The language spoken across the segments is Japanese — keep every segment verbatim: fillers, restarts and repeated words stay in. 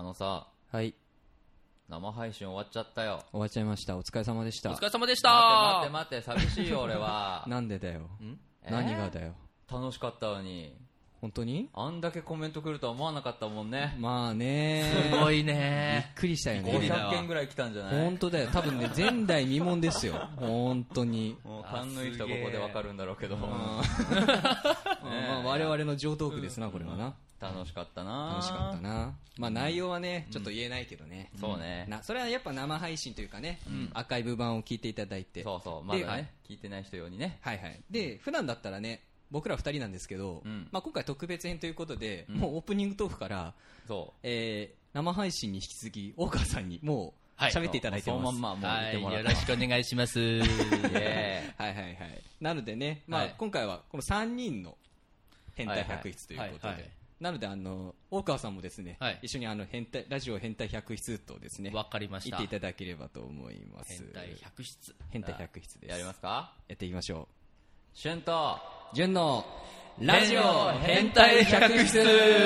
のさ、 はい、 生配信終わっちゃったよ。 終わっちゃいました。お疲れ様でした。 お疲れ様でした。 待って待って待って、寂しいよ俺は。 なんでだよ。 ん何がだよ。 楽しかったのに。 本当にあんだけコメント来るとは思わなかったもんね。 まあね、 すごいびっね。 くりしたよね。 ごひゃっけんぐらい来たんじゃない？ 本当だよ。多分ね、前代未聞ですよ。本当に。 もう勘のいい人はここでわかるんだろうけど。 まあ我々の上トークですな、これはな。 楽しかったな。 楽しかったな。まあ内容はね、ちょっと言えないけどね。 そうね。 な、それはやっぱ生配信というかね、アーカイブ版を聞いていただいて。 そうそう、まだね、聞いてない人用にね。 はいはい。で、普段だったらね、僕らふたりなんですけど、 うんまあ、今回特別編ということで、 うん、 もうオープニングトークから、 そうえー、生配信に引き続き大川さんにもう喋っていただいてます、 はい、そのまんまもう言ってもらって、 はい、よろしくお願いしますはいはいはいはい。なのでね、まあ、はい、今回はこのさんにんの変態百室ということで、はいはいはい、なのであの大川さんもですね、はい、一緒にあの変態ラジオ変態百室とですね、 わかりました、 言っていただければと思います。 変態百室、 変態百室です。 やりますか？ やっていきましょう。 シュンとジュンのラジオ変態百室。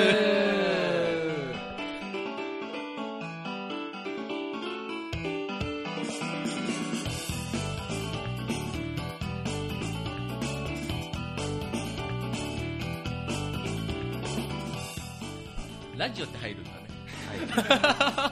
ラジオって入るんだね。 はい、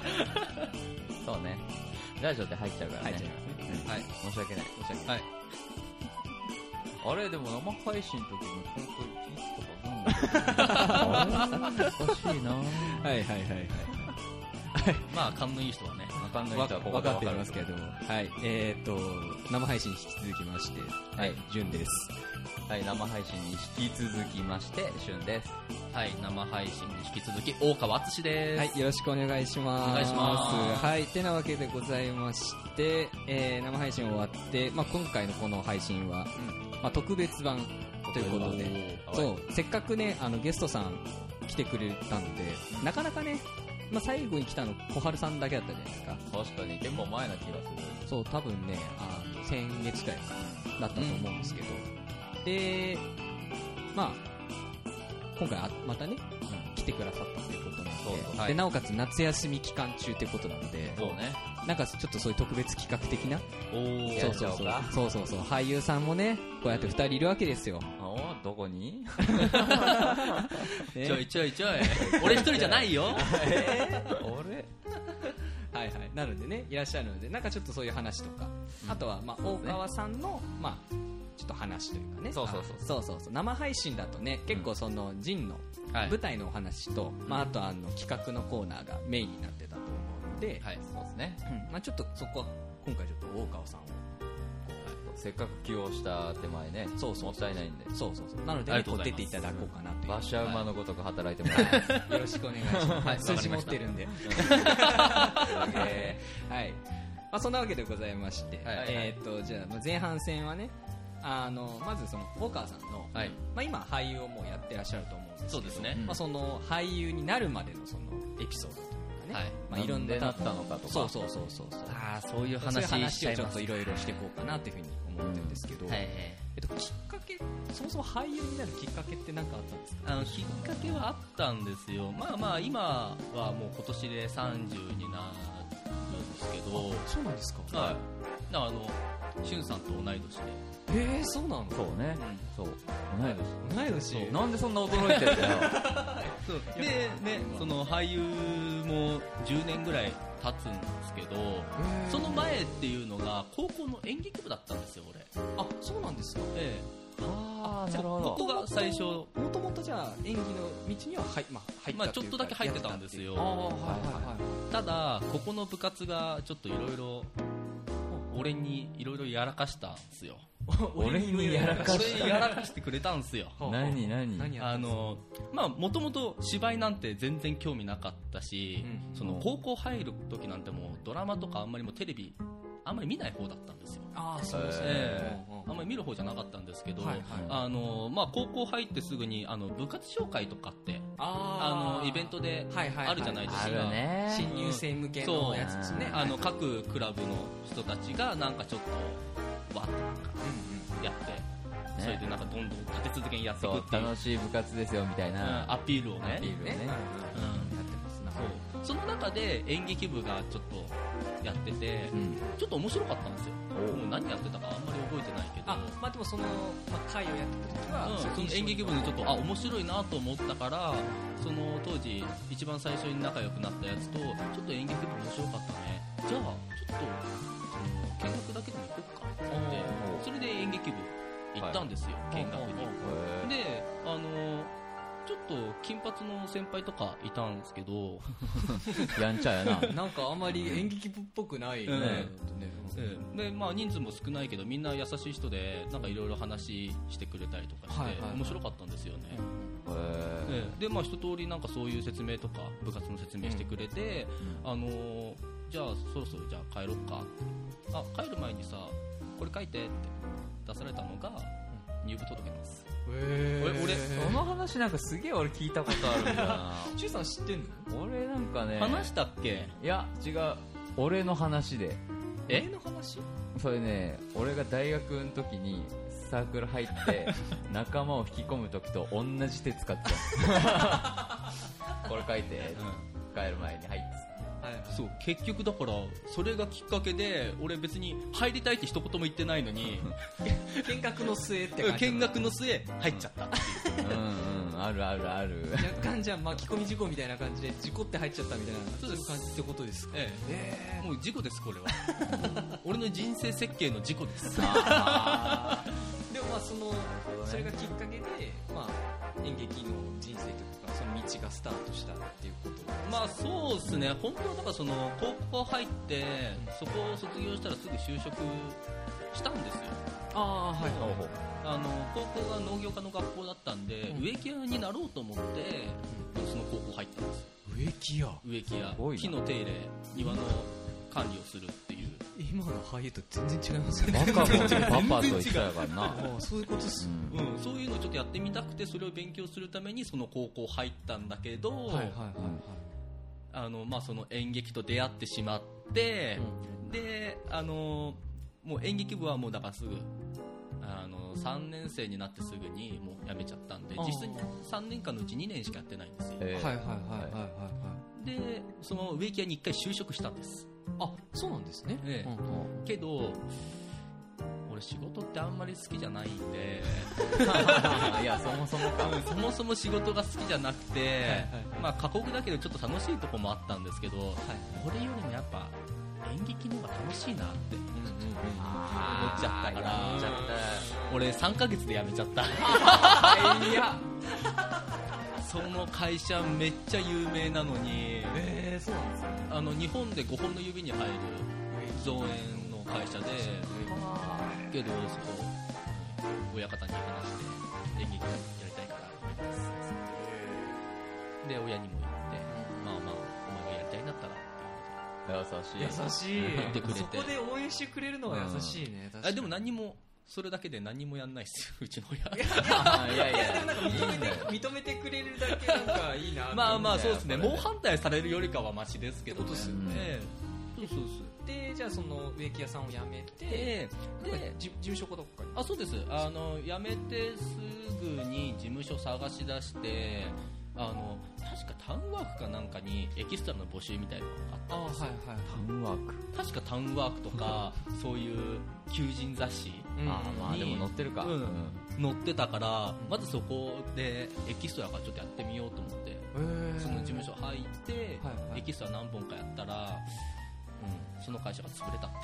そうね。ラジオって入っちゃうからね。 入っちゃいますね。 はい。申し訳ない。申し訳ない。はい。あれでも生配信の時に本当にいつとかなんだろう。おかしいな。 はいはいはいはい。 まあ勘のいい人はね、 勘のいい人はここ分かっていますけれども、はい、えーと生配信に引き続きまして、はい、ジュンです。 はい、生配信に引き続きましてシュンです。 はい、生配信に引き続き大川敦です。 はい、よろしくお願いします。 お願いします。 はい、てなわけでございまして、えー、生配信終わって、まあ、今回のこの配信は、うんまあ、特別版ということで、そうせっかくねあのゲストさん来てくれたんで、なかなかね、まあ、最後に来たの小春さんだけだったじゃないですか。 確かに結構前な気がする。 そう多分ねあの先月くらいだったと思うんですけど、うん、でまあ今回あまたね、うん、来てくださったということなので、そうそう、はい、でなおかつ夏休み期間中ということなので、 そうね、 なんかちょっとそういう特別企画的な、 おそうそうそうそうそうそう俳優さんもねこうやってふたりいるわけですよ。 おどこにね、ちょいちょいちょい俺一人じゃないよえー、俺はいはいなのでねいらっしゃるので、なんかちょっとそういう話とか、うん、あとはまあ大川さんの、まあちょっと話というかね、 そうそうそうそうそうそう生配信だとね結構そのジンの舞台のお話と、はいまあ、あとあの企画のコーナーがメインになってたと思うので、 はいそうですね、 うんまあ、ちょっとそこは今回ちょっと大川さんをせっかく起用した手前ね、そうそうもったいないんで、 そうそうそうなので、ね、こう出ていただこうかなという、 馬車馬のごとく働いてもらいます、 はい、よろしくお願いします、はい、数字持ってるんではい、まあ、そんなわけでございまして、はいはいはい、えー、とじゃあ前半戦はねあのまずその大川さんの、はいまあ、今俳優をもうやってらっしゃると思うんですけど、 そうですね、 まあ、その俳優になるまでのそのエピソードというかね、はいまあ、いろんななったのかとか、 そうそうそうそうそう、 あそういう話そういう話をちょっといろいろしていこうかなというふうに思ってるんですけど、 はいはい、 えっと、きっかけそもそも俳優になるきっかけって何かあったんですか？ あのきっかけはあったんですよ。まあまあ今はもう今年でさんじゅうになるんですけど。 そうなんですか？ はい。あのしゅんさんと同い年で。 えー、そうなの？ そうね、うん、そう同い年同い年なんでそんな驚いてるんだよそうでね、その俳優もじゅうねんぐらい経つんですけど、その前っていうのが高校の演劇部だったんですよ俺。 あ、そうなんですか？ ええ、 ああ、なるほど。 ここが最初もともとじゃあ演技の道には入、まあ、入ったまあちょっとだけ入ってたんですよ。 あ、はいはいはい、 ただここの部活がちょっといろいろ俺にいろいろやらかしたんですよ。 俺にやらかし俺やらかしてくれたんですよ。 何何あのまあもともと芝居なんて全然興味なかったし、うん、その高校入る時なんてもうドラマとかあんまりもテレビあんまり見ない方だったんですよ。 ああ、そうですね、 えー、あんまり見る方じゃなかったんですけど、はいはい、あのまあ、高校入ってすぐにあの部活紹介とかってああのイベントであるじゃないですか、 はいはいはい、ね、新入生向けのやつですね。 あの各クラブの人たちがなんかちょっとわっとなんかやって、うんうん、それでなんかどんどん立て続けにやっていくっていう、 楽しい部活ですよみたいな、 うん、アピールをね、 アピールをね、 うん、やってますな。そうその中中で演劇部がちょっとやってて、うん、ちょっと面白かったんですよ。もう何やってたかあんまり覚えてないけど、 あ、まあ、でもその、まあ、会をやってた時は、うん、 その演劇部にちょっとあ面白いなと思ったから、その当時一番最初に仲良くなったやつとちょっと演劇部面白かったね、じゃあちょっと見学だけでも行こうかって言って、それで演劇部行ったんですよ、はい、見学に。で、あのちょっと金髪の先輩とかいたんですけどやんちゃやななんかあんまり演劇部っぽくないね、 うん、で、まあ、人数も少ないけどみんな優しい人でなんかいろいろ話してくれたりとかして、はいはいはい、面白かったんですよね。へで、まあ、一通りなんかそういう説明とか部活の説明してくれて、うん、あのー、じゃあそろそろじゃあ帰ろっか、あ帰る前にさこれ書いてって出されたのが入部届なんです。 へー、俺その話なんかすげえ俺聞いたことあるんだなチュウさん知ってんの？ 俺なんかね話したっけ？ いや違う、俺の話で。 えの話？ それね、俺が大学の時にサークル入って仲間を引き込む時と同じ手使ってたこれ書いて、うん、帰る前に入って、 はいはい、そう結局だからそれがきっかけで俺別に入りたいって一言も言ってないのに見学の末って感じ、 見学の末入っちゃったっていううん、うん、あるあるある若干じゃあ巻き込み事故みたいな感じで事故って入っちゃったみたいなそういう感じってことですか？えええー、もう事故ですこれは俺の人生設計の事故ですでもまあそのそれがきっかけで、まあ、演劇の人生というかその道がスタートしたっていうことですか？ まあそうですね、本当はだからその高校入ってそこを卒業したらすぐ就職したんですよ。 ああはい、 あの高校が農業科の学校だったんで、うん、植木屋になろうと思って、うん、その高校入ったんです。 植木屋植木屋木の手入れ庭の管理をするっていう。 今の俳優と全然違いますよね。 バカもパパと一緒やからなそういうことっす、 うんうん、そういうのをちょっとやってみたくてそれを勉強するためにその高校入ったんだけど、はいはいはいはい、あのまあ、その演劇と出会ってしまって、うん、であのもう演劇部はもうだからすぐあのさんねん生になってすぐにもう辞めちゃったんで実質さんねんかんのうちにねんしかやってないんですよ、えー、はいはいはいはいはいでその植木屋にいっかい就職したんです。 あ、そうなんですね、 ええうん、けど俺仕事ってあんまり好きじゃないんでいやそもそもかそもそも仕事が好きじゃなくて、はいはいはい、まあ過酷だけどちょっと楽しいとこもあったんですけど、はい、これよりもやっぱ演劇の方が楽しいなって、うんうんうん、思っちゃったから俺さんかげつで辞めちゃったいやその会社めっちゃ有名なのに、 えー、そうなんですね。 あの日本でごほんの指に入る造園の会社で、けどそこ親方に話して演劇やりたいからで親にも言って、まあまあお前がやりたいんだったらっていう優しい優しい言ってくれてそこで応援してくれるのは優しいね、うん、 あでも何もそれだけで何もやんないっすようちの親いやいやいやでもなんか認めて認めてくれるだけなんかいいなまあまあそうですね猛反対されるよりかはマシですけどねですよね、 うん、そうそうそうでじゃあその植木屋さんを辞めてで事務所かどっかにあそうですあの辞めてすぐに事務所探し出してあの確かタウンワークかなんかにエキストラの募集みたいなのがあったんですよ。 あ、はいはい、タウンワーク確かタウンワークとかそういう求人雑誌に、 うん、あまあでも載ってるか、うんうん、載ってたからまずそこでエキストラからちょっとやってみようと思ってその事務所入って、はいはい、エキストラ何本かやったら、うん、その会社が潰れた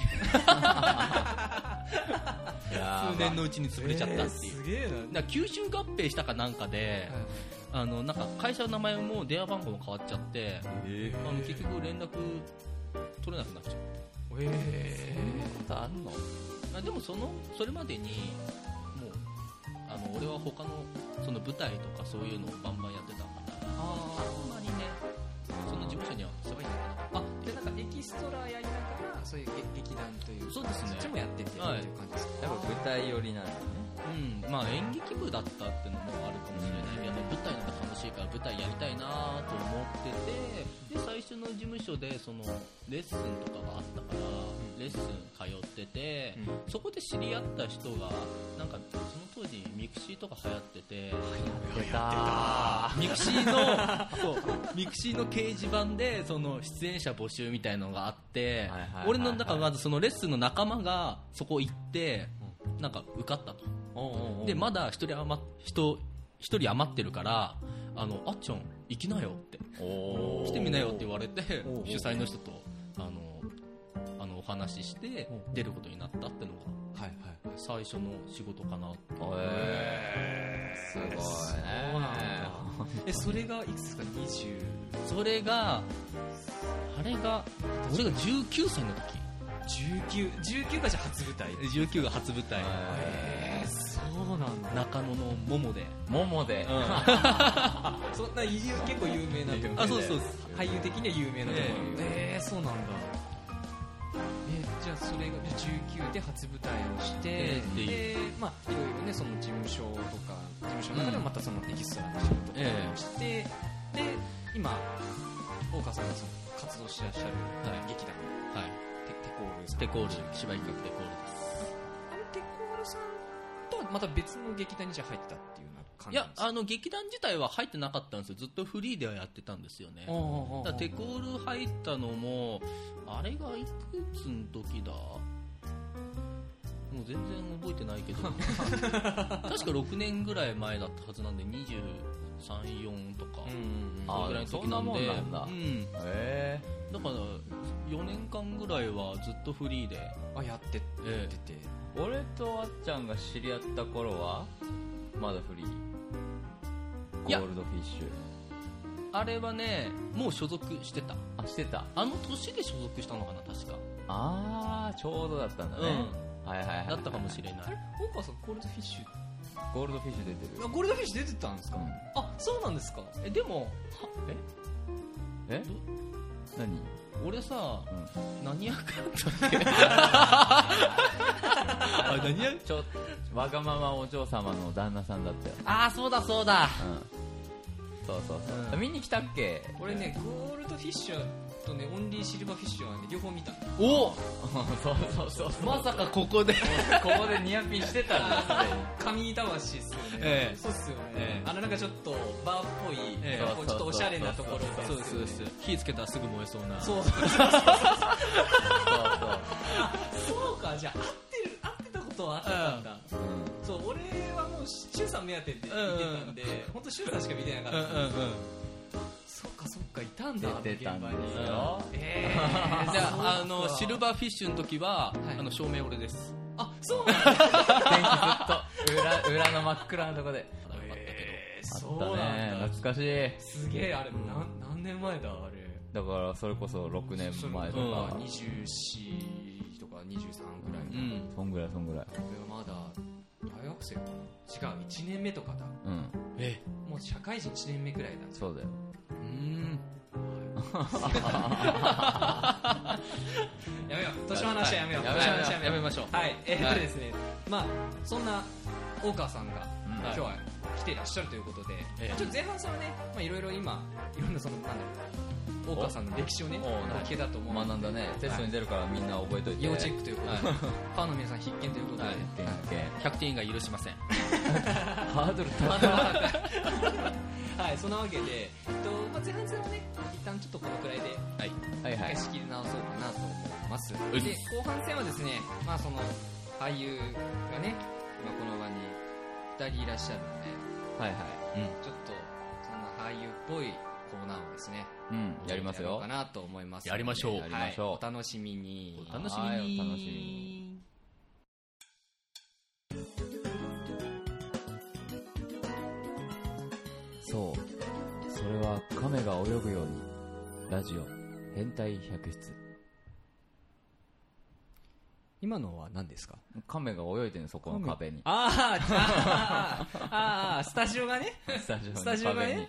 っていう数年のうちに潰れちゃったっていう、えー、すげえな。だから吸収合併したかなんかで、はいあのなんか会社の名前も電話番号も変わっちゃって、えー、あの結局連絡取れなくなっちゃって、 えー、そんなことあんの？ あでもそのそれまでにもうあの俺は他のその舞台とかそういうのをバンバンやってたからあんまりねその事務所には世話にならなかった。 あでなんかエキストラやりながらそういう劇団というそうですねそっちもやっててっていう感じですか？ やっぱ舞台寄りなんだね。 うん、まあ演劇部だったっていうのもあるかもしれないけど、舞台のが楽しいから舞台やりたいなと思ってて、で最初の事務所でそのレッスンとかがあったからレッスン通ってて、うん、そこで知り合った人がなんかその当時ミクシーとか流行ってて、 流行ってたミクシーのそうミクシーの掲示板でその出演者募集みたいのがあって、はいはいはいはい、俺のだからまずそのレッスンの仲間がそこ行ってなんか受かったと。おうおうおうでまだ一人余人一人余ってるからあのあっちゃん行きなよって来てみなよって言われて主催の人とあのあのお話しして出ることになったってのが、はいはい、最初の仕事かな。 へーすごいね。そうなんだ。 えそれがいくつですか？にじゅうそれがあれが俺がじゅうきゅうさいの時。 じゅうきゅう、じゅうきゅうがじゃ初舞台。 じゅうきゅうが初舞台。 へーそうなんだ。 中野の桃で桃で、うん、 そんな結構有名なところで、 あそうそう俳優的には有名なところで、えー、そうなんだ。えー、じゃあそれがじゅうきゅうで初舞台をして、えー、でまあいろいろねその事務所とか事務所の中でもまたそのエキストラの仕事とかをして、えー、で今大川さんがその活動してらっしゃる劇団、はい、テコールさん、 テコール芝居企画テコールです。 あのテコールさんとはまた別の劇団にじゃ入ったっていうような感じですか？ いやあの劇団自体は入ってなかったんですよ。ずっとフリーではやってたんですよね。だからテコール入ったのもあれがいくつの時だもう全然覚えてないけど確かろくねんぐらい前だったはずなんでにじゅうさん、よんとか、うん、そのぐらいの時なんで、 そんなもんなんだ、 うん、へーだからよねんかんぐらいはずっとフリーであやって、えー、やってて俺とあっちゃんが知り合った頃はまだフリーゴールドフィッシュあれはねもう所属してた。 あしてた。 あの年で所属したのかな確か。 ああちょうどだったんだね、うん、はいはいはい、はい、 だったかもしれない。あれ大川さんゴールドフィッシュゴールドフィッシュ出てる。 あゴールドフィッシュ出てたんですか、うん、あそうなんですか。 えでもはええ何俺さ、うん、何役だったっけあ何役ちょわがままお嬢様の旦那さんだったよ。 ああそうだそうだ、 うん、そうそうそう、うん、見に来たっけ。 俺ねゴールドフィッシュとねオンリーシルバーフィッシュはね両方見た。 おそうそうそうそうまさかここでここでニアピンしてたんですね。 神魂っすよね、えー、そうっすよね、えー、あのなんかちょっとバーっぽい、えー、ちょっとおしゃれなところで、 そうですそうです。火つけたらすぐ燃えそうな。 そうそうそうそうそうそうか。じゃあ合ってる合ってたことは合ってたんだ、うん、そう俺はもうシュウさん目当てって言ってたんで、うんうん、本当シュウさんしか見てなかったんです、うんうんうん、そっかそっかいたんだ。 出てたんですよ、 えー、じゃああのシルバーフィッシュの時は、はい、あの照明俺です。 あそうなんだ。 電気ずっと 裏, 裏の真っ暗なとこで、 えー、 あったね。懐かしい。 すげえあれ、うん、何, 何年前だあれ。 だからそれこそろくねんまえとか、 うん、にじゅうよんとかにじゅうさんぐらい、 うん、そんぐらいそんぐらい。 俺はまだ大学生かな。違ういちねんめとかだ、 うん、 えもう社会人いちねんめぐらいだ。 そうだよ。 うーんやめよう年の話はやめよう、 はい、 年の話はやめましょう。 はいえー、っとですね、はい、まあそんな大川さんが、うん、今日は来ていらっしゃるということで、えー、ちょっと前半戦はねまあいろいろ今いろんなそのなんだろう大川さんの歴史をね聞けたと思うので、 学んだね。テストに出るからみんな覚えといて、 要チェックということで、はい、ファンの皆さん必見ということで、はい、 ひゃくてん以外許しません。 ハードル高い。 はい、そんなわけで、えっとまあ、前半戦はね一旦ちょっとこのくらいで、はい、はいはい、仕切り直そうかなと思います。で後半戦はですね、まあその俳優がね今この場にふたりいらっしゃるので、はいはい、うん、ちょっとそんな俳優っぽいコーナーをですね、 うん、やりますよ。 やろうかなと思います。 やりましょう。 やりましょう。はい、お楽しみに。 お楽しみに。 お楽しみに。そう、それは亀が泳ぐように。ラジオ変態百室。 今のは何ですか？ 亀が泳いでる、そこの壁に。 あーあーあースタジオがねスタジオのスタジオがね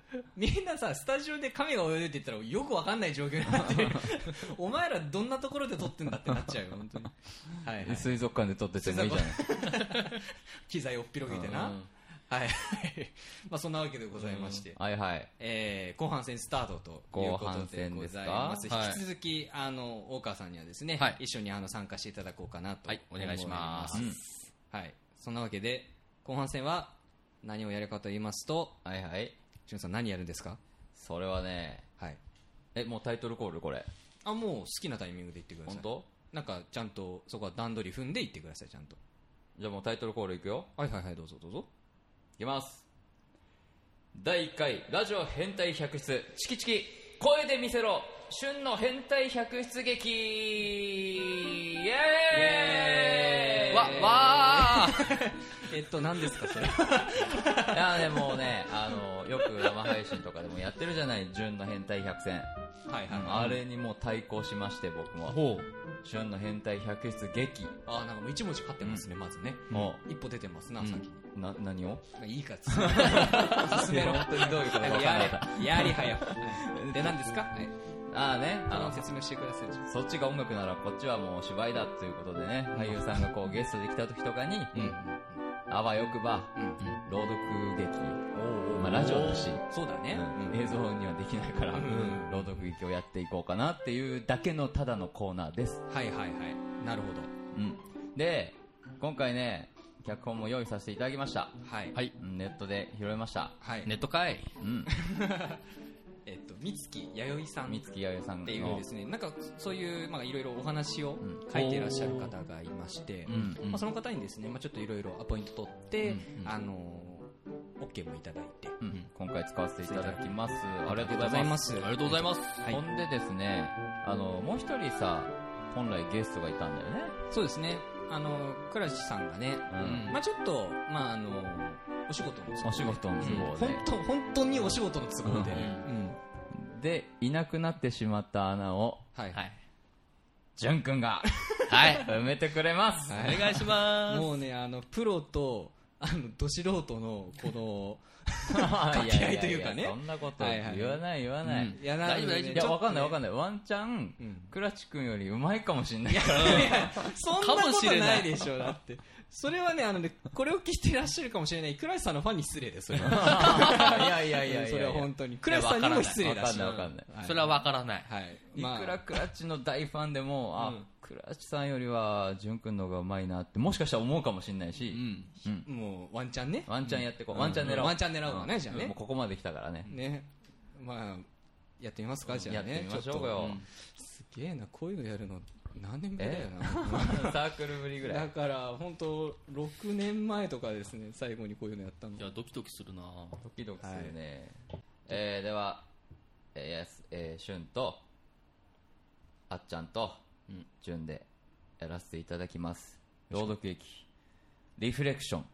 みんなさスタジオで亀が泳いでって言ったらよくわかんない状況になってるお前らどんなところで撮ってんだってなっちゃうよ本当に、はいはい、 水族館で撮っててもいいじゃない機材をっ広げてな、うんうんはいまあそんなわけでございまして、 うん、はいはい、 えー、後半戦スタートということでございます。引き続きあの大川さんにはですね、はい、一緒にあの参加していただこうかなと思います。はい、お願いします、うん、はい、そんなわけで後半戦は何をやるかと言いますと、 はいはい、 しゅんさん何やるんですか？ それはね、はい、えもうタイトルコールこれ？ あもう好きなタイミングで言ってください。 本当？なんかちゃんとそこは段取り踏んで言ってくださいちゃんと。 じゃあもうタイトルコールいくよ。 はいはいはいどうぞどうぞ。 いきます。だいいっかいラジオ変態百出チキチキ声で見せろ旬の変態百出劇イエーイわわーえっと何ですかそれいやねもうねあのよく生配信とかでもやってるじゃない旬の変態百選はいはい、はい、あれにもう対抗しまして僕もほう旬の変態百出劇あなんかもう一文字勝ってますね、うん、まずねもう一歩出てますな、うん、先にな何をいいか進めろ本当にどういうことか分からなかったやりはやで何ですか、はい、 ああねあの説明してください。 そっちが音楽ならこっちはもう芝居だということでね、うん、俳優さんがこうゲストで来た時とかに、うん、あわよくば、うん、朗読劇、まあ、ラジオだしそうだね、 うん、映像にはできないから、うん、朗読劇をやっていこうかなっていうだけのただのコーナーです。 はいはいはいなるほど、 うん、で今回ね脚本も用意させていただきました。はい、はい、ネットで拾いました。 はい、ネットかい。うん。 えっと三月弥生さん、 三月弥生さんっていうですね、なんかそういうまあいろいろお話を書いていらっしゃる方がいまして、うん、まあその方にですね、まあちょっといろいろアポイント取って、うん、あのオッケーもいただいて、 うん、今回使わせていただきます。 ありがとうございます。 ありがとうございます。 はい、ほんでですね、あのもう一人さ本来ゲストがいたんだよね。 そうですね。あの倉石さんがね、うん、まあちょっとまああのお仕事の都合で、 お仕事の都合で、 本当本当にお仕事の都合で、 うんうん、でいなくなってしまった穴を、はいはい、淳くんがはい埋めてくれます。 はい、お願いします。 もうねあのプロとあのど素人のこの掛け合いというかね、 そんなこと言わない言わない、うん、 いや大丈夫大丈夫。 いやわかんないわかんない。ワンチャン、うん、倉地君よりうまいかもしれないから。いやいやそんなことないでしょ。だってそれはねあのねこれを聞いていらっしゃるかもしれない倉地さんのファンに失礼です。それは。いやいやいやいやそれは本当に倉地さんにも失礼だし。 わかんないわかんない。 はい、それはわからない。 はい。まあ、いくら倉地の大ファンでもあ。うん倉地さんよりは淳くんの方がうまいなってもしかしたら思うかもしれないし、 うんうん、もうワンチャンねワンチャンやってこう、うん、ワンチャン狙おうワンチャン狙うわね、うん、じゃあねもうここまで来たからねねまあやってみますか、うん、じゃあねやってみましょうよ、うん、 すげえなこういうのやるの何年ぶりだよなサークルぶりぐらいだから本当ろくねんまえとかですね最後にこういうのやったの。 いやドキドキするなドキドキするね、はい、えー、ではえー、えー、しゅんとあっちゃんとじゅんでやらせていただきます。朗読劇リフレクション。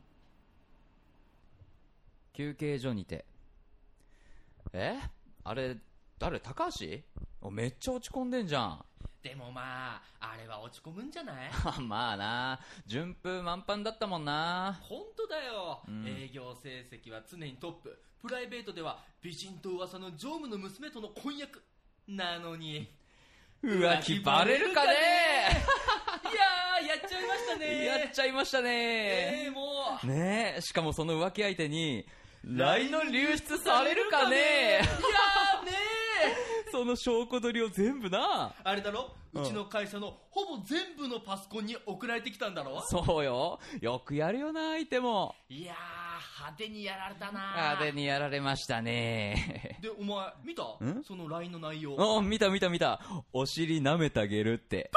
休憩所にてえあれ誰高橋おめっちゃ落ち込んでんじゃん。 でもまああれは落ち込むんじゃない。 まあな順風満帆だったもんな。 本当だよ、うん、営業成績は常にトップ、プライベートでは美人と噂の常務の娘との婚約なのに浮気バレるかね。 いやーやっちゃいましたね。 やっちゃいましたね。 えー、もうねえしかもその浮気相手に ライン の流出されるかね。いやーねーその証拠取りを全部なあれだろ、うちの会社のほぼ全部のパソコンに送られてきたんだろ。 そうよよくやるよな相手も。 いやー派手にやられたな。 派手にやられましたね。 でお前見たその ライン の内容。 あ見た見た見た。お尻舐めてあげるって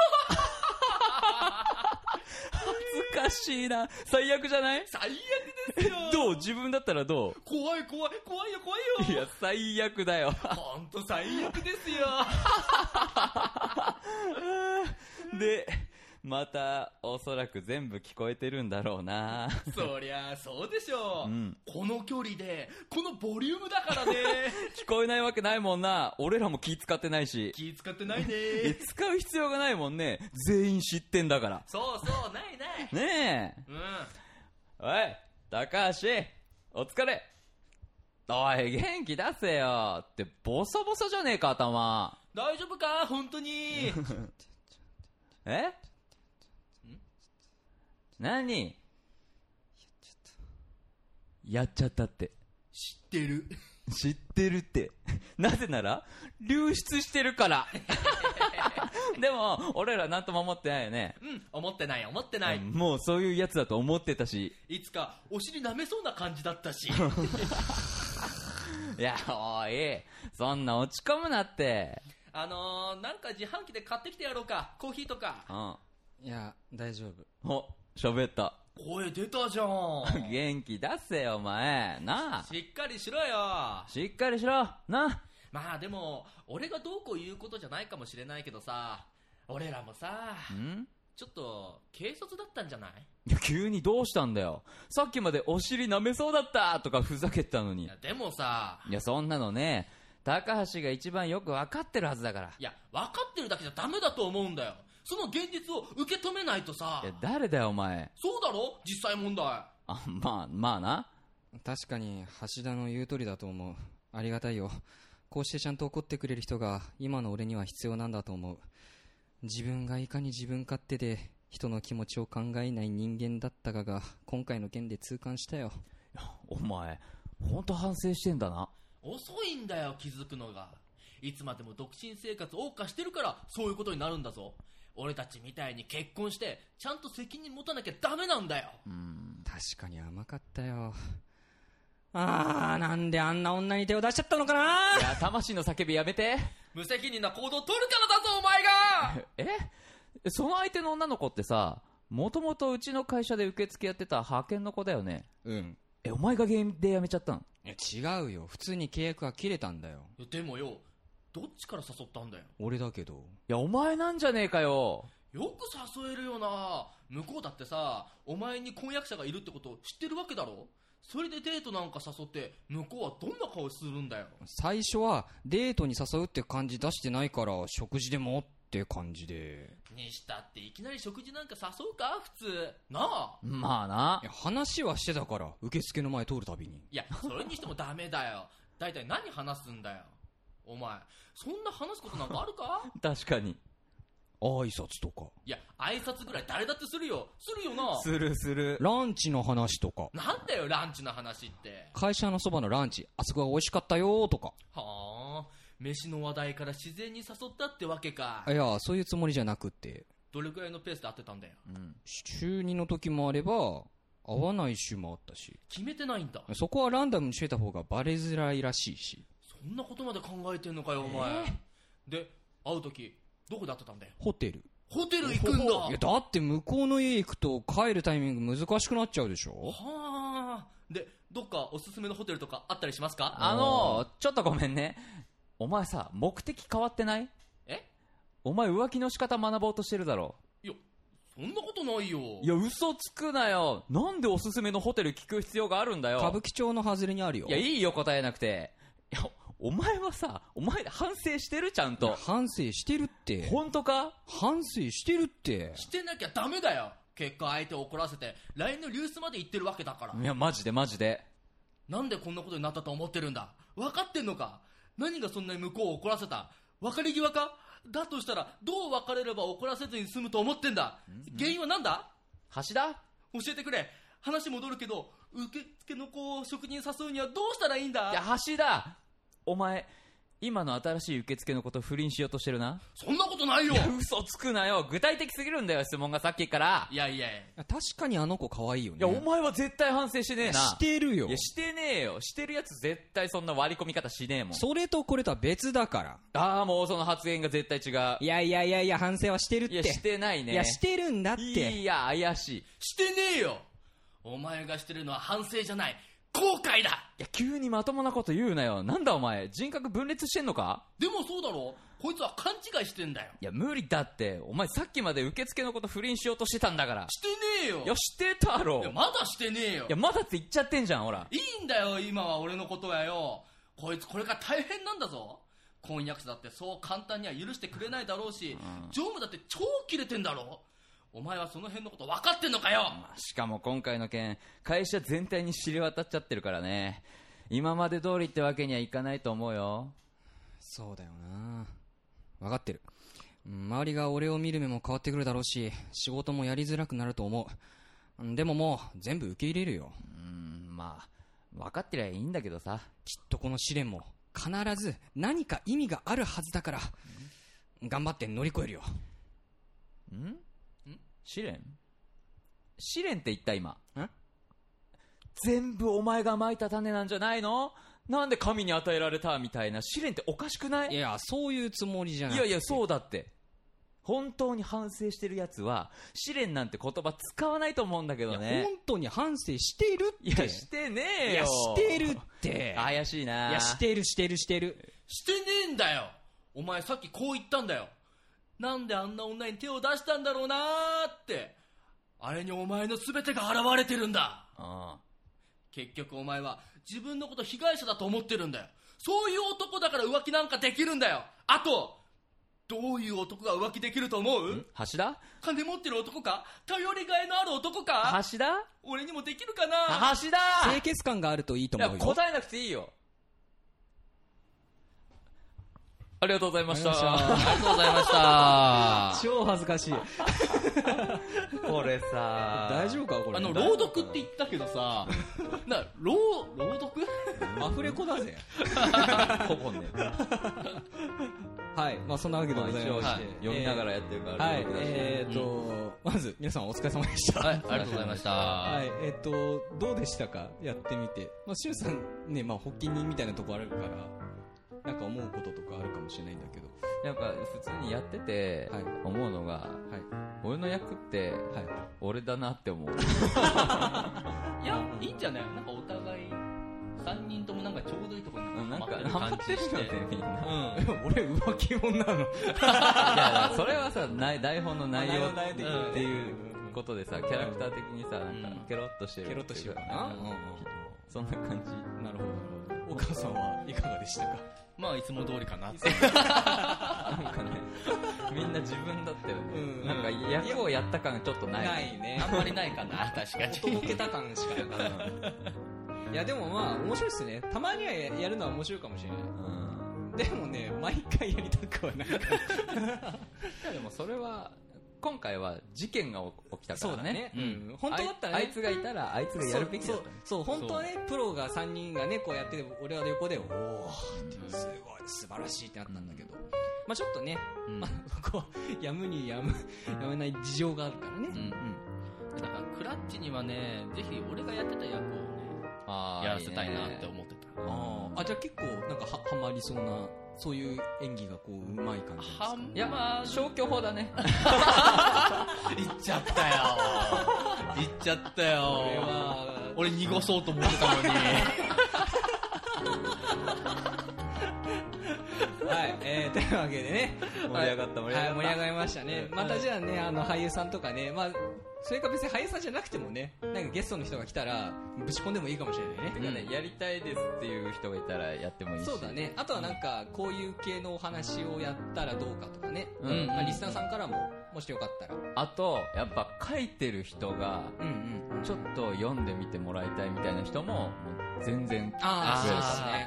恥ずかしいな。最悪じゃない。 最悪ですよ。 どう自分だったらどう。 怖い怖い怖いよ怖いよ。いや最悪だよ。 ほんと最悪ですよ。 でまたおそらく全部聞こえてるんだろうな。 そりゃそうでしょう、うん、この距離でこのボリュームだからね。 聞こえないわけないもんな。俺らも気使ってないし。 気使ってないね。 使う必要がないもんね。全員知ってんだから。 そうそうないないねえ、うん、おい高橋お疲れ。 おい元気出せよってボソボソじゃねえか頭。 大丈夫か本当にえ何やっちゃったって知ってる知ってるってなぜなら流出してるからでも俺らなんとも思ってないよね。 うん思ってない思ってない、 もうそういうやつだと思ってたし、 いつかお尻舐めそうな感じだったしいやおいそんな落ち込むなって。 あのー、なんか自販機で買ってきてやろうか、コーヒーとか。 うんいや大丈夫。 お喋った。 声出たじゃん元気出せよお前なあ。 しっかりしろよ。 しっかりしろな。 まあでも俺がどうこう言うことじゃないかもしれないけどさ、俺らもさんちょっと軽率だったんじゃない？ いや急にどうしたんだよ。さっきまでお尻舐めそうだったとかふざけてたのに。 いやでもさ、 いやそんなのね高橋が一番よく分かってるはずだから。 いや分かってるだけじゃダメだと思うんだよ。その現実を受け止めないとさ。 いや誰だよお前。 そうだろ実際問題。 あまあまあな。 確かに橋田の言う通りだと思う。ありがたいよ。こうしてちゃんと怒ってくれる人が今の俺には必要なんだと思う。自分がいかに自分勝手で人の気持ちを考えない人間だったかが今回の件で痛感したよ。 いやお前本当反省してんだな。 遅いんだよ気づくのが。いつまでも独身生活を謳歌してるからそういうことになるんだぞ。俺たちみたいに結婚してちゃんと責任持たなきゃダメなんだよ。 うん確かに甘かったよ。あーなんであんな女に手を出しちゃったのかな。 いや魂の叫びやめて。 無責任な行動を取るからだぞお前がえその相手の女の子ってさ、もともとうちの会社で受付やってた派遣の子だよね。 うんえお前が原因で辞めちゃったの？ いや違うよ、普通に契約が切れたんだよ。 でもよどっちから誘ったんだよ。 俺だけど。 いやお前なんじゃねえかよ。 よく誘えるよな。向こうだってさお前に婚約者がいるってこと知ってるわけだろ。それでデートなんか誘って向こうはどんな顔するんだよ。 最初はデートに誘うって感じ出してないから食事でもって感じで。 にしたっていきなり食事なんか誘うか普通なあ。 まあな。 いや話はしてたから受付の前通るたびに。 いやそれにしてもダメだよ。だいたい何話すんだよお前。そんな話すことなんかあるか確かに。 挨拶とか。 いや挨拶ぐらい誰だってするよ。するよな。 するする。 ランチの話とか。 なんだよランチの話って。 会社のそばのランチあそこが美味しかったよとか。 はあ飯の話題から自然に誘ったってわけか。 いやそういうつもりじゃなくって。 どれくらいのペースで会ってたんだよ。 うん、 週にの時もあれば会わない週もあったし。 決めてないんだ。 そこはランダムにしてた方がバレづらいらしいし。 そんなことまで考えてんのかよお前、えー、で会う時どこで会ってたんだよ。 ホテル。 ホテル行くんだ。 いやだって向こうの家行くと帰るタイミング難しくなっちゃうでしょ。 はあ。でどっかおすすめのホテルとかあったりしますか？ あのちょっとごめんね。お前さ目的変わってない？ えお前浮気の仕方学ぼうとしてるだろ。 いやそんなことないよ。 いや嘘つくなよ。なんでおすすめのホテル聞く必要があるんだよ。 歌舞伎町の外れにあるよ。 いやいいよ答えなくて。いやお前はさお前反省してるちゃんと。 反省してるって。 本当か？ 反省してるって。 してなきゃダメだよ。結果相手を怒らせて ライン の流出まで行ってるわけだから。 いやマジでマジで。 なんでこんなことになったと思ってるんだ。分かってんのか。何がそんなに向こうを怒らせた。別れ際か。だとしたらどう別れれば怒らせずに済むと思ってんだ。原因は何だ。 橋田教えてくれ。話戻るけど受付の子を食事に誘うにはどうしたらいいんだ。 いや橋田お前今の新しい受付のこと不倫しようとしてるな。 そんなことないよ。 いや嘘つくなよ。具体的すぎるんだよ質問がさっきから。 いやいやいや確かにあの子可愛いよね。 いやお前は絶対反省してねえな。 してるよ。 いやしてねえよ。してるやつ絶対そんな割り込み方しねえもん。 それとこれとは別だから。 ああもうその発言が絶対違う。 いやいやいやいや反省はしてるって。 いやしてないね。 いやしてるんだって。 いや怪しい。 してねえよ。お前がしてるのは反省じゃない後悔だ。 いや急にまともなこと言うなよ。なんだお前人格分裂してんのか。 でもそうだろ。こいつは勘違いしてんだよ。 いや無理だって。お前さっきまで受付のこと不倫しようとしてたんだから。 してねえよ。 いやしてたろ。 いやまだしてねえよ。 いやまだって言っちゃってんじゃんほら。 いいんだよ今は俺のことはよ。こいつこれから大変なんだぞ。婚約者だってそう簡単には許してくれないだろうし、うん、常務だって超キレてんだろ。お前はその辺のこと分かってんのかよ。 まあ、しかも今回の件会社全体に知れ渡っちゃってるからね。 今まで通りってわけにはいかないと思うよ。 そうだよな。分かってる。周りが俺を見る目も変わってくるだろうし、仕事もやりづらくなると思う。でももう全部受け入れるよ。 うーん、まあ分かってりゃいいんだけどさ。 きっとこの試練も必ず何か意味があるはずだから、頑張って乗り越えるよ。 ん？ん？試練？試練って言った今。ん？全部お前が蒔いた種なんじゃないの？なんで神に与えられたみたいな試練っておかしくない？ いや、そういうつもりじゃない。 いやいや、そうだって。本当に反省してるやつは試練なんて言葉使わないと思うんだけどね。 本当に反省しているって。 いや、してねえよ。 いや、してるって。 怪しいな。 いや、してるしてるしてる。 してねえんだよ。お前さっきこう言ったんだよ。なんであんな女に手を出したんだろうなーって。あれにお前の全てが現れてるんだ。ああ。結局お前は自分のこと被害者だと思ってるんだよ。そういう男だから浮気なんかできるんだよ。あとどういう男が浮気できると思う？ 橋田？ 金持ってる男か？頼りがいのある男か？ 橋田？ 俺にもできるかな？ 橋田！ 清潔感があるといいと思うよ。 いや、答えなくていいよ。ありがとうございました。 ありがとうございました。 超恥ずかしい。 これさ、 大丈夫かこれ。 あの朗読って言ったけどさ、な朗朗読？ アフレコだぜ。 ほぼね。 はい、まあそんなわけでございまして、 読みながらやってるから。 はい、えーとまず皆さんお疲れ様でした。 はい、ありがとうございました。 はい、えーとどうでしたかやってみて。まあしゅんさんね、まあ発起人みたいなとこあるから。なんか思うこととかあるかもしれないんだけど、 なんか普通にやってて思うのが、はい、俺の役って俺だなって思う。 いや、いいんじゃない？なんかお互いさんにんともなんかちょうどいいところになんかハマってる感じして、みんな、うん、 俺浮気者なの。いや、それはさ、台本の内容っていうことでさ、キャラクター的にさ、なんかケロッとしてる、 ケロッとしてるかな、 そんな感じ。 なるほど。お母さんはいかがでしたか？ まあいつも通りかなって。なんかね、みんな自分だったよね、うん、なんか役をやった感ちょっとない。 ないね。 あんまりないかな。確かにとぼけた感しかなかった。いやでもまあ面白いっすね。たまにはやるのは面白いかもしれない、うん、でもね毎回やりたくはない。いやでもそれは今回は事件が起きたからね。そうだね、 うん、本当だったらね、あいつがいたらあいつがやるべきだった。 そうそうそう、本当はね、プロがさんにんがねこうやってて、俺は横でおおってすごい素晴らしいってなったんだけど、まあちょっとね、うん、まあこうやむにやむやめない事情があるからね、うんうん、 だからクラッチにはね、ぜひ俺がやってた役をねやらせたいなって思ってた。 ああ、じゃあ結構なんか は, はまりそうな、そういう演技がこううまい感じですか？はいや、まあ消去法だね。 言っちゃったよ。言っちゃったよ。俺は俺濁そうと思ってたのに。 はい、えー、というわけでね、 盛り上がった盛り上がった、はい、 盛り上がりましたね。またじゃあね、あの俳優さんとかね、まあそれか別に俳優さんじゃなくてもね、なんかゲストの人が来たらぶち込んでもいいかもしれないね。 てかね、やりたいですっていう人がいたらやってもいいし。 そうだね。あとはなんかこういう系のお話をやったらどうかとかね、うん、まあ、リスナーさんからももしよかったら。 あとやっぱ書いてる人がちょっと読んでみてもらいたいみたいな人も全然増えるから、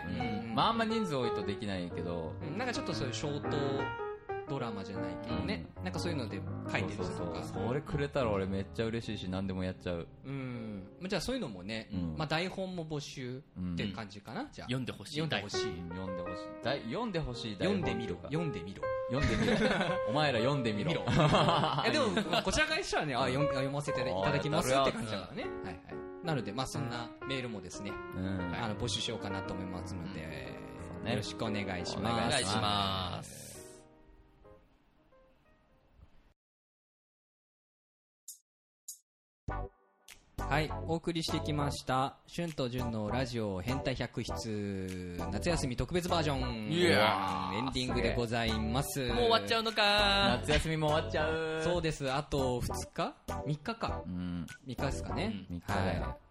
うんうん、まああんま人数多いとできないけど、 うん、なんかちょっとそういうショートドラマじゃないけどね、うん、なんかそういうので書いてる人とか、そうそうそう、 それくれたら俺めっちゃ嬉しいし何でもやっちゃう。 うん、じゃあそういうのもね、うん、まあ、台本も募集っていう感じかな、うん、じゃあ読んでほしい、 読んでほしい、 読んでほしい、読んでほしい、 読んでみろ、読んでみろ、 読んでみろお前ら読んでみろ。 えでもこちらからしたらね、あ、読、読ませていただきますって感じだからね。はいはい。なのでまあそんなメールもですね、うん、あの募集しようかなと思いますので、うん、よろしくお願いします。 お願いします。 はい、お送りしてきました春と純のラジオ変態百室夏休み特別バージョン、 いやエンディングでございます。 もう終わっちゃうのか。 夏休みも終わっちゃう。 そうです。あとふつかみっかか、うん、みっかですかね、 うん、みっか、はい、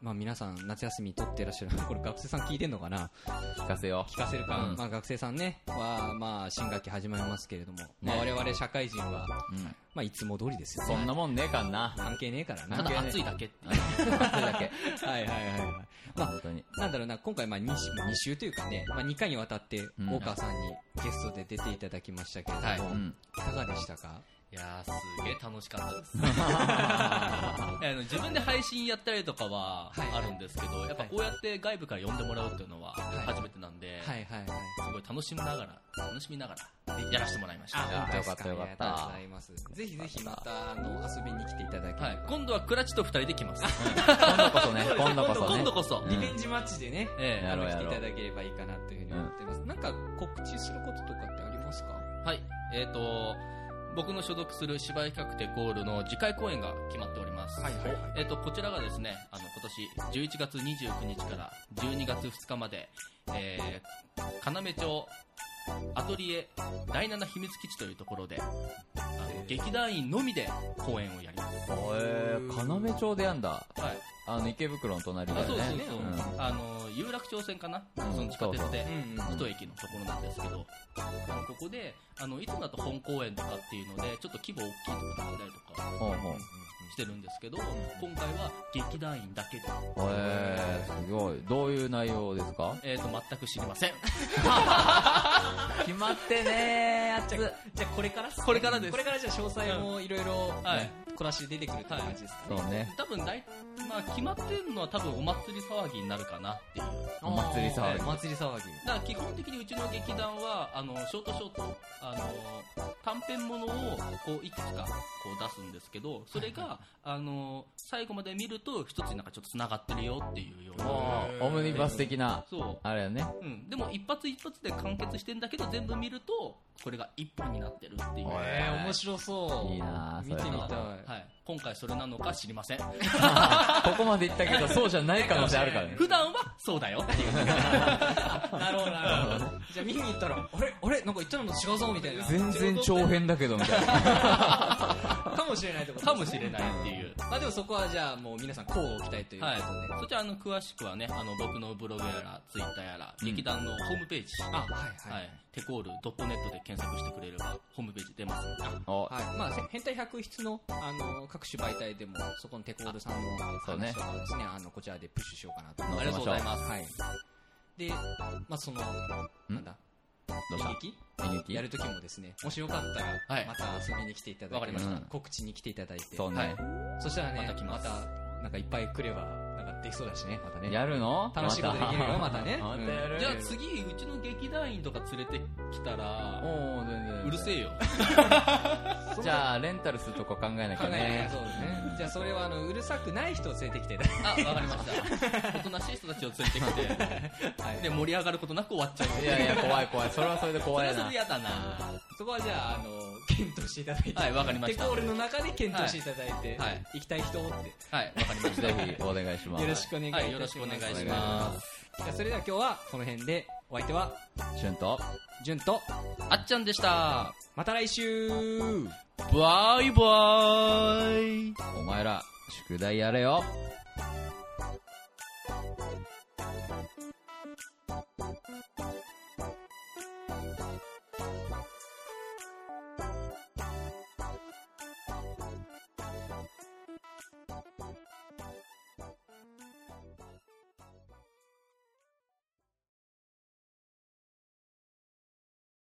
まあ、皆さん夏休み取ってらっしゃるこれ学生さん聞いてんのかな、 聞かせよ聞かせるか、 うんまあ、学生さんねは、まあ、新学期始まりますけれども、まあ、 ね我々社会人は、 う、うん、 まあ、いつも通りですよね。 そんなもんねえかんな。 関係ねえからな。 ただ暑いだけっていう暑いだけ。 はいはいはいはい。まあ本当に。 なんだろうな、今回まあ 2, 2週というかね、まあ、にかいにわたって大川さんにゲストで出ていただきましたけれども、 はいいうんかがでしたか？ いやーすげえ楽しかったですあの自分で配信やったりとかははいあるんですけど、やっぱこうやって外部から呼んでもらうっていうのは初めてなんで、 はいはいはい。 すごい楽しみながら楽しみながらやらせてもらいました。 あ、 いや本当ですよかったよかったありがとうございます。ぜひぜひまたあの遊びに来ていただければ、 はい、今度はクラッチとふたりで来ます。 今度こそね、今度こそね。 今度こそ、 うんリベンジマッチでね、 ええあのやろうやろう来ていただければいいかなというふうに思ってます。なんか告知することとかってありますか？ はい、えーと僕の所属する芝居カクテゴールの次回公演が決まっております。 はいはいはいえーとこちらがですね、あの今年じゅういちがつにじゅうくにちからじゅうにがつふつかまで、えー、要町アトリエだいなな秘密基地というところで、あの劇団員のみで公演をやります。 えー、要町でやんだ。 はい、 あの池袋の隣だあよね。 そうそうそう、 うんあの有楽町線かな、 うんその地下鉄でうんうん一駅のところなんですけど、あのここであのいつもだと本公演とかっていうのでちょっと規模大きいところでやったりとかほうほう。 してるんですけど、今回は劇団員だけで、 えー、すごい。どういう内容ですか？ えー、と全く知りません。 決まってねー、やつ。 じゃあこれからっすねこれからですこれからじゃあ詳細もいろいろはい小出しで出てくるって感じですかね。 そうね。 多分大、まあ、決まってるのは多分お祭り騒ぎになるかなっていう。 お祭り騒ぎお祭り騒ぎ。 だから基本的にうちの劇団はあのショートショートあの短編ものをこういくつかこう出すんですけど、それがあの最後まで見ると一つになんかちょっとつながってるよっていうような。 あーオムニバス的な、 そうあれやね。 うん、でも一発一発で完結してんだけど全部見るとこれが一本になってるっていう、 えー、面白そう。 いいなー見てみたい。 はい、今回それなのか知りません。 ここまで言ったけど、そうじゃない可能性あるからね。 普段はそうだよっていう。 なるほどなるほど。じゃあ見に行ったら、あれあれなんか言ったのと違うぞみたいな。 全然長編だけど、みたいな。 かもしれないってことかもしれないっていう。 まあでもそこはじゃあもう皆さんこうご期待というこはいとで。、 そちらあの詳しくはね、あの僕のブログやらツイッターやら、 うん劇団のホームページ、 あ、はいはい。 はい、テコール .net で検索してくれればホームページ出ますので、 お、 はい、まあ、せ変態百出の、あの各種媒体でもそこのテコールさんのそうね話とかをですね、あのこちらでプッシュしようかなと載ありがとうございます。 はい。で、まあそのなんだどうした演劇演劇やるときもですね、もしよかったら、 はいまた遊びに来ていただいて、 わかりましたうん告知に来ていただいて、 そうね。 はいそしたらね、 また来ますまたなんかいっぱい来ればなんかできそうだしね、またね。 やるの？ 楽しいことできるよまたねまたやる。 じゃあ次、うちの劇団員とか連れてきたら、 おー、全然。 うるせえよ。 じゃあ、レンタルするとこ考えなきゃ考えないね。 そうですね。じゃあそれはあのうるさくない人を連れてきていただいて、 あ、わかりました。おとなしい人たちを連れてきて、 はいで、盛り上がることなく終わっちゃう。 いやいや、怖い怖い。それはそれでそ怖いなれはそれで。嫌だな。 そこはじゃあ、あの、検討していただいて。 はいわかりましたテコールの中で検討していただいて、 はい行きたい人をって。 はい、わかりました。 ぜひお願いします。 よろしくお願いいたします。 はいよろしくお願いします。 じゃあそれでは今日はこの辺で、お相手は、 しゅんと、 じゅんと、 あっちゃんでした。 また来週バイバイ。 お前ら、宿題やれよ。